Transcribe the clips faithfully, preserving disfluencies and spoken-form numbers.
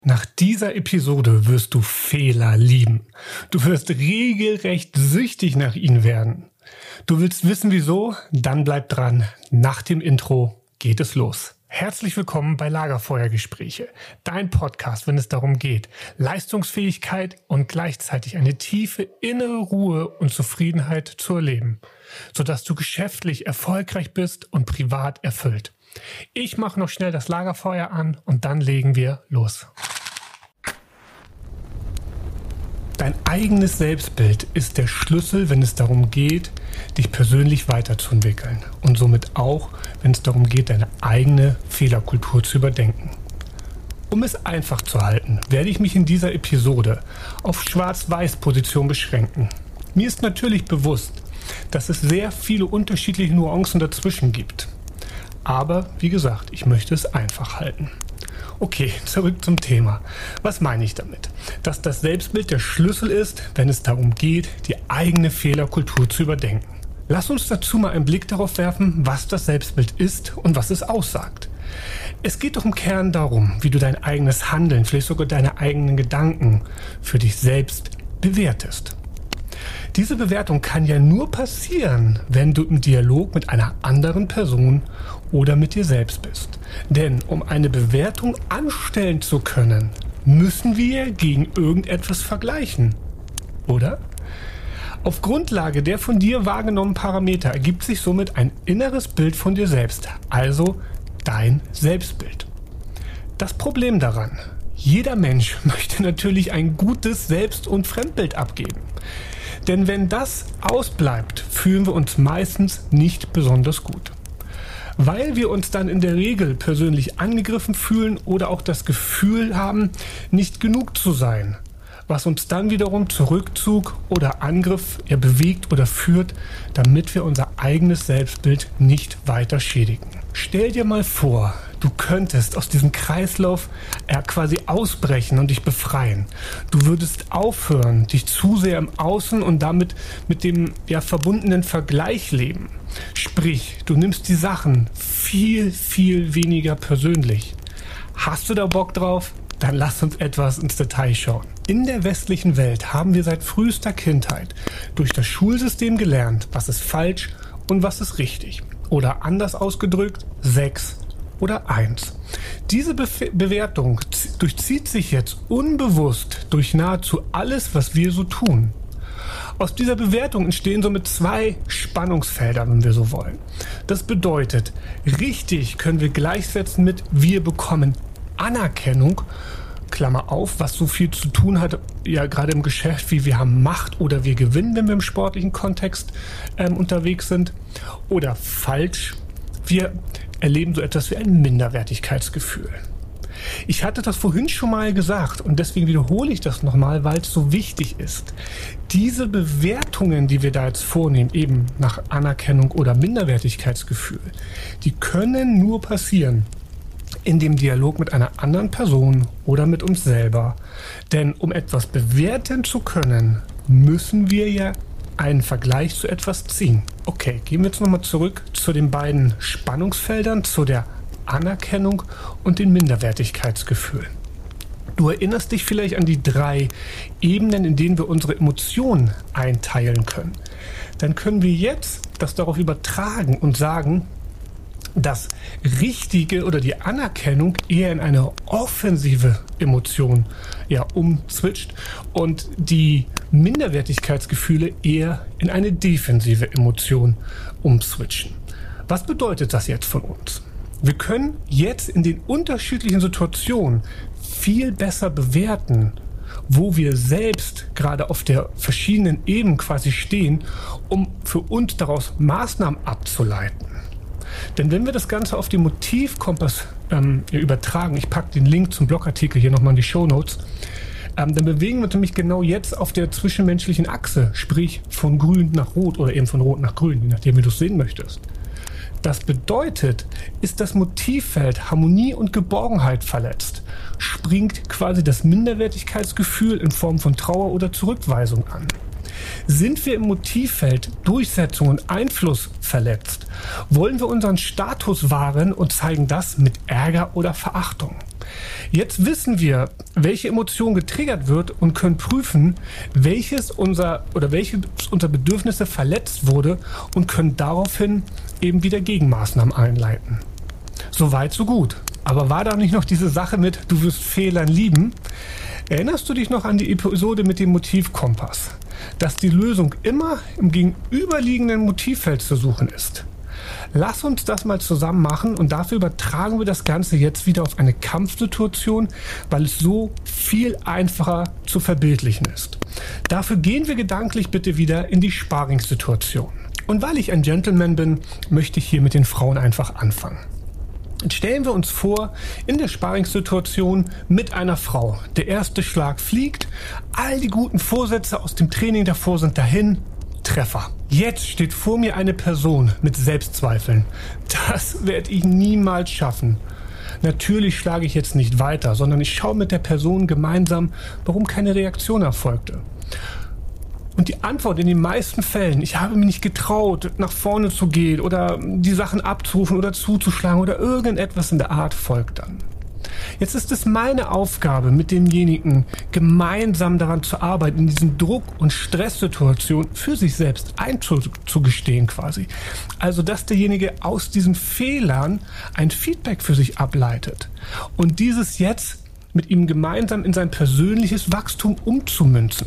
Nach dieser Episode wirst du Fehler lieben. Du wirst regelrecht süchtig nach ihnen werden. Du willst wissen, wieso? Dann bleib dran. Nach dem Intro geht es los. Herzlich willkommen bei Lagerfeuergespräche, dein Podcast, wenn es darum geht, Leistungsfähigkeit und gleichzeitig eine tiefe innere Ruhe und Zufriedenheit zu erleben, sodass du geschäftlich erfolgreich bist und privat erfüllt. Ich mache noch schnell das Lagerfeuer an und dann legen wir los. Dein eigenes Selbstbild ist der Schlüssel, wenn es darum geht, dich persönlich weiterzuentwickeln und somit auch, wenn es darum geht, deine eigene Fehlerkultur zu überdenken. Um es einfach zu halten, werde ich mich in dieser Episode auf Schwarz-Weiß-Position beschränken. Mir ist natürlich bewusst, dass es sehr viele unterschiedliche Nuancen dazwischen gibt. Aber wie gesagt, ich möchte es einfach halten. Okay, zurück zum Thema. Was meine ich damit? Dass das Selbstbild der Schlüssel ist, wenn es darum geht, die eigene Fehlerkultur zu überdenken. Lass uns dazu mal einen Blick darauf werfen, was das Selbstbild ist und was es aussagt. Es geht doch im Kern darum, wie du dein eigenes Handeln, vielleicht sogar deine eigenen Gedanken für dich selbst bewertest. Diese Bewertung kann ja nur passieren, wenn du im Dialog mit einer anderen Person oder mit dir selbst bist. Denn um eine Bewertung anstellen zu können, müssen wir gegen irgendetwas vergleichen. Oder? Auf Grundlage der von dir wahrgenommenen Parameter ergibt sich somit ein inneres Bild von dir selbst, also dein Selbstbild. Das Problem daran: Jeder Mensch möchte natürlich ein gutes Selbst- und Fremdbild abgeben. Denn wenn das ausbleibt, fühlen wir uns meistens nicht besonders gut. Weil wir uns dann in der Regel persönlich angegriffen fühlen oder auch das Gefühl haben, nicht genug zu sein, was uns dann wiederum zu Rückzug oder Angriff ja, bewegt oder führt, damit wir unser eigenes Selbstbild nicht weiter schädigen. Stell dir mal vor, du könntest aus diesem Kreislauf ja, quasi ausbrechen und dich befreien. Du würdest aufhören, dich zu sehr im Außen und damit mit dem ja, verbundenen Vergleich leben. Sprich, du nimmst die Sachen viel, viel weniger persönlich. Hast du da Bock drauf? Dann lass uns etwas ins Detail schauen. In der westlichen Welt haben wir seit frühester Kindheit durch das Schulsystem gelernt, was ist falsch und was ist richtig. Oder anders ausgedrückt, sechs oder eins. Diese Bef- Bewertung z- durchzieht sich jetzt unbewusst durch nahezu alles, was wir so tun. Aus dieser Bewertung entstehen somit zwei Spannungsfelder, wenn wir so wollen. Das bedeutet, richtig können wir gleichsetzen mit wir bekommen Anerkennung, Klammer auf, was so viel zu tun hat, ja gerade im Geschäft, wie wir haben Macht oder wir gewinnen, wenn wir im sportlichen Kontext ähm, unterwegs sind. Oder falsch, wir erleben so etwas wie ein Minderwertigkeitsgefühl. Ich hatte das vorhin schon mal gesagt und deswegen wiederhole ich das nochmal, weil es so wichtig ist. Diese Bewertungen, die wir da jetzt vornehmen, eben nach Anerkennung oder Minderwertigkeitsgefühl, die können nur passieren in dem Dialog mit einer anderen Person oder mit uns selber. Denn um etwas bewerten zu können, müssen wir ja einen Vergleich zu etwas ziehen. Okay, gehen wir jetzt nochmal zurück zu den beiden Spannungsfeldern, zu der Anerkennung und dem Minderwertigkeitsgefühl. Du erinnerst dich vielleicht an die drei Ebenen, in denen wir unsere Emotionen einteilen können. Dann können wir jetzt das darauf übertragen und sagen, das Richtige oder die Anerkennung eher in eine offensive Emotion ja, umswitcht und die Minderwertigkeitsgefühle eher in eine defensive Emotion umswitchen. Was bedeutet das jetzt von uns? Wir können jetzt in den unterschiedlichen Situationen viel besser bewerten, wo wir selbst gerade auf der verschiedenen Ebene quasi stehen, um für uns daraus Maßnahmen abzuleiten. Denn wenn wir das Ganze auf den Motivkompass ähm, übertragen, ich packe den Link zum Blogartikel hier nochmal in die Shownotes, ähm, dann bewegen wir uns nämlich genau jetzt auf der zwischenmenschlichen Achse, sprich von grün nach rot oder eben von rot nach grün, je nachdem wie du es sehen möchtest. Das bedeutet, ist das Motivfeld Harmonie und Geborgenheit verletzt, springt quasi das Minderwertigkeitsgefühl in Form von Trauer oder Zurückweisung an. Sind wir im Motivfeld Durchsetzung und Einfluss verletzt, wollen wir unseren Status wahren und zeigen das mit Ärger oder Verachtung. Jetzt wissen wir, welche Emotion getriggert wird und können prüfen, welches unser oder welche unserer Bedürfnisse verletzt wurde und können daraufhin eben wieder Gegenmaßnahmen einleiten. So weit, so gut. Aber war da nicht noch diese Sache mit, du wirst Fehlern lieben? Erinnerst du dich noch an die Episode mit dem Motivkompass? Dass die Lösung immer im gegenüberliegenden Motivfeld zu suchen ist. Lass uns das mal zusammen machen und dafür übertragen wir das Ganze jetzt wieder auf eine Kampfsituation, weil es so viel einfacher zu verbildlichen ist. Dafür gehen wir gedanklich bitte wieder in die Sparringssituation. Und weil ich ein Gentleman bin, möchte ich hier mit den Frauen einfach anfangen. Jetzt stellen wir uns vor, in der Sparringssituation mit einer Frau. Der erste Schlag fliegt, all die guten Vorsätze aus dem Training davor sind dahin, Treffer. Jetzt steht vor mir eine Person mit Selbstzweifeln. Das werde ich niemals schaffen. Natürlich schlage ich jetzt nicht weiter, sondern ich schaue mit der Person gemeinsam, warum keine Reaktion erfolgte. Und die Antwort in den meisten Fällen, ich habe mich nicht getraut, nach vorne zu gehen oder die Sachen abzurufen oder zuzuschlagen oder irgendetwas in der Art folgt dann. Jetzt ist es meine Aufgabe, mit demjenigen gemeinsam daran zu arbeiten, in diesen Druck- und Stresssituationen für sich selbst einzugestehen quasi. Also, dass derjenige aus diesen Fehlern ein Feedback für sich ableitet und dieses jetzt mit ihm gemeinsam in sein persönliches Wachstum umzumünzen.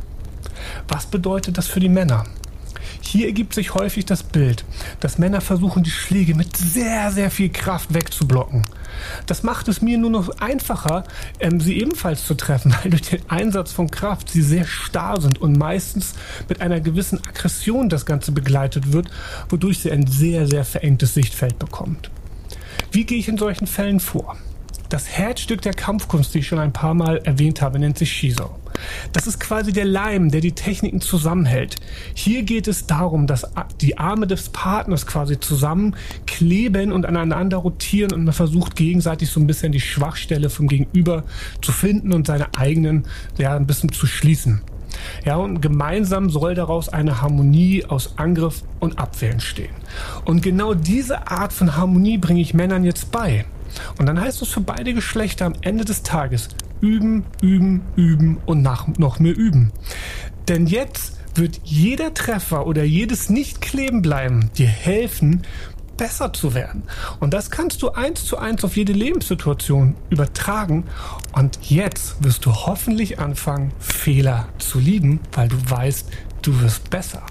Was bedeutet das für die Männer? Hier ergibt sich häufig das Bild, dass Männer versuchen, die Schläge mit sehr, sehr viel Kraft wegzublocken. Das macht es mir nur noch einfacher, ähm, sie ebenfalls zu treffen, weil durch den Einsatz von Kraft sie sehr starr sind und meistens mit einer gewissen Aggression das Ganze begleitet wird, wodurch sie ein sehr, sehr verengtes Sichtfeld bekommt. Wie gehe ich in solchen Fällen vor? Das Herzstück der Kampfkunst, die ich schon ein paar Mal erwähnt habe, nennt sich Shiso. Das ist quasi der Leim, der die Techniken zusammenhält. Hier geht es darum, dass die Arme des Partners quasi zusammenkleben und aneinander rotieren und man versucht gegenseitig so ein bisschen die Schwachstelle vom Gegenüber zu finden und seine eigenen ja ein bisschen zu schließen. Ja, und gemeinsam soll daraus eine Harmonie aus Angriff und Abwehr entstehen. Und genau diese Art von Harmonie bringe ich Männern jetzt bei. Und dann heißt es für beide Geschlechter am Ende des Tages üben, üben, üben und nach, noch mehr üben. Denn jetzt wird jeder Treffer oder jedes Nicht-Kleben-Bleiben dir helfen, besser zu werden. Und das kannst du eins zu eins auf jede Lebenssituation übertragen. Und jetzt wirst du hoffentlich anfangen, Fehler zu lieben, weil du weißt, du wirst besser.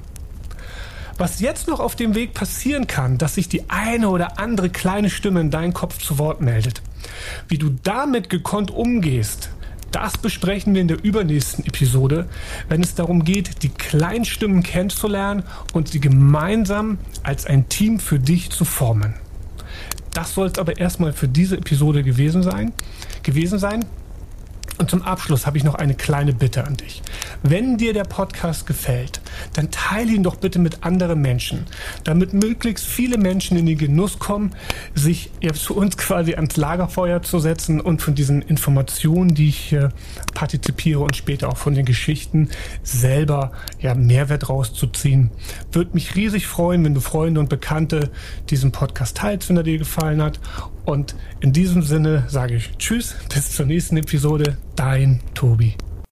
Was jetzt noch auf dem Weg passieren kann, dass sich die eine oder andere kleine Stimme in deinem Kopf zu Wort meldet. Wie du damit gekonnt umgehst, das besprechen wir in der übernächsten Episode, wenn es darum geht, die kleinen Stimmen kennenzulernen und sie gemeinsam als ein Team für dich zu formen. Das soll es aber erstmal für diese Episode gewesen sein. Gewesen sein. Und zum Abschluss habe ich noch eine kleine Bitte an dich. Wenn dir der Podcast gefällt, dann teile ihn doch bitte mit anderen Menschen, damit möglichst viele Menschen in den Genuss kommen, sich ja, zu uns quasi ans Lagerfeuer zu setzen und von diesen Informationen, die ich hier partizipiere und später auch von den Geschichten selber ja, Mehrwert rauszuziehen. Würde mich riesig freuen, wenn du Freunde und Bekannte diesen Podcast teilst, wenn er dir gefallen hat. Und in diesem Sinne sage ich Tschüss, bis zur nächsten Episode. Dein Tobi.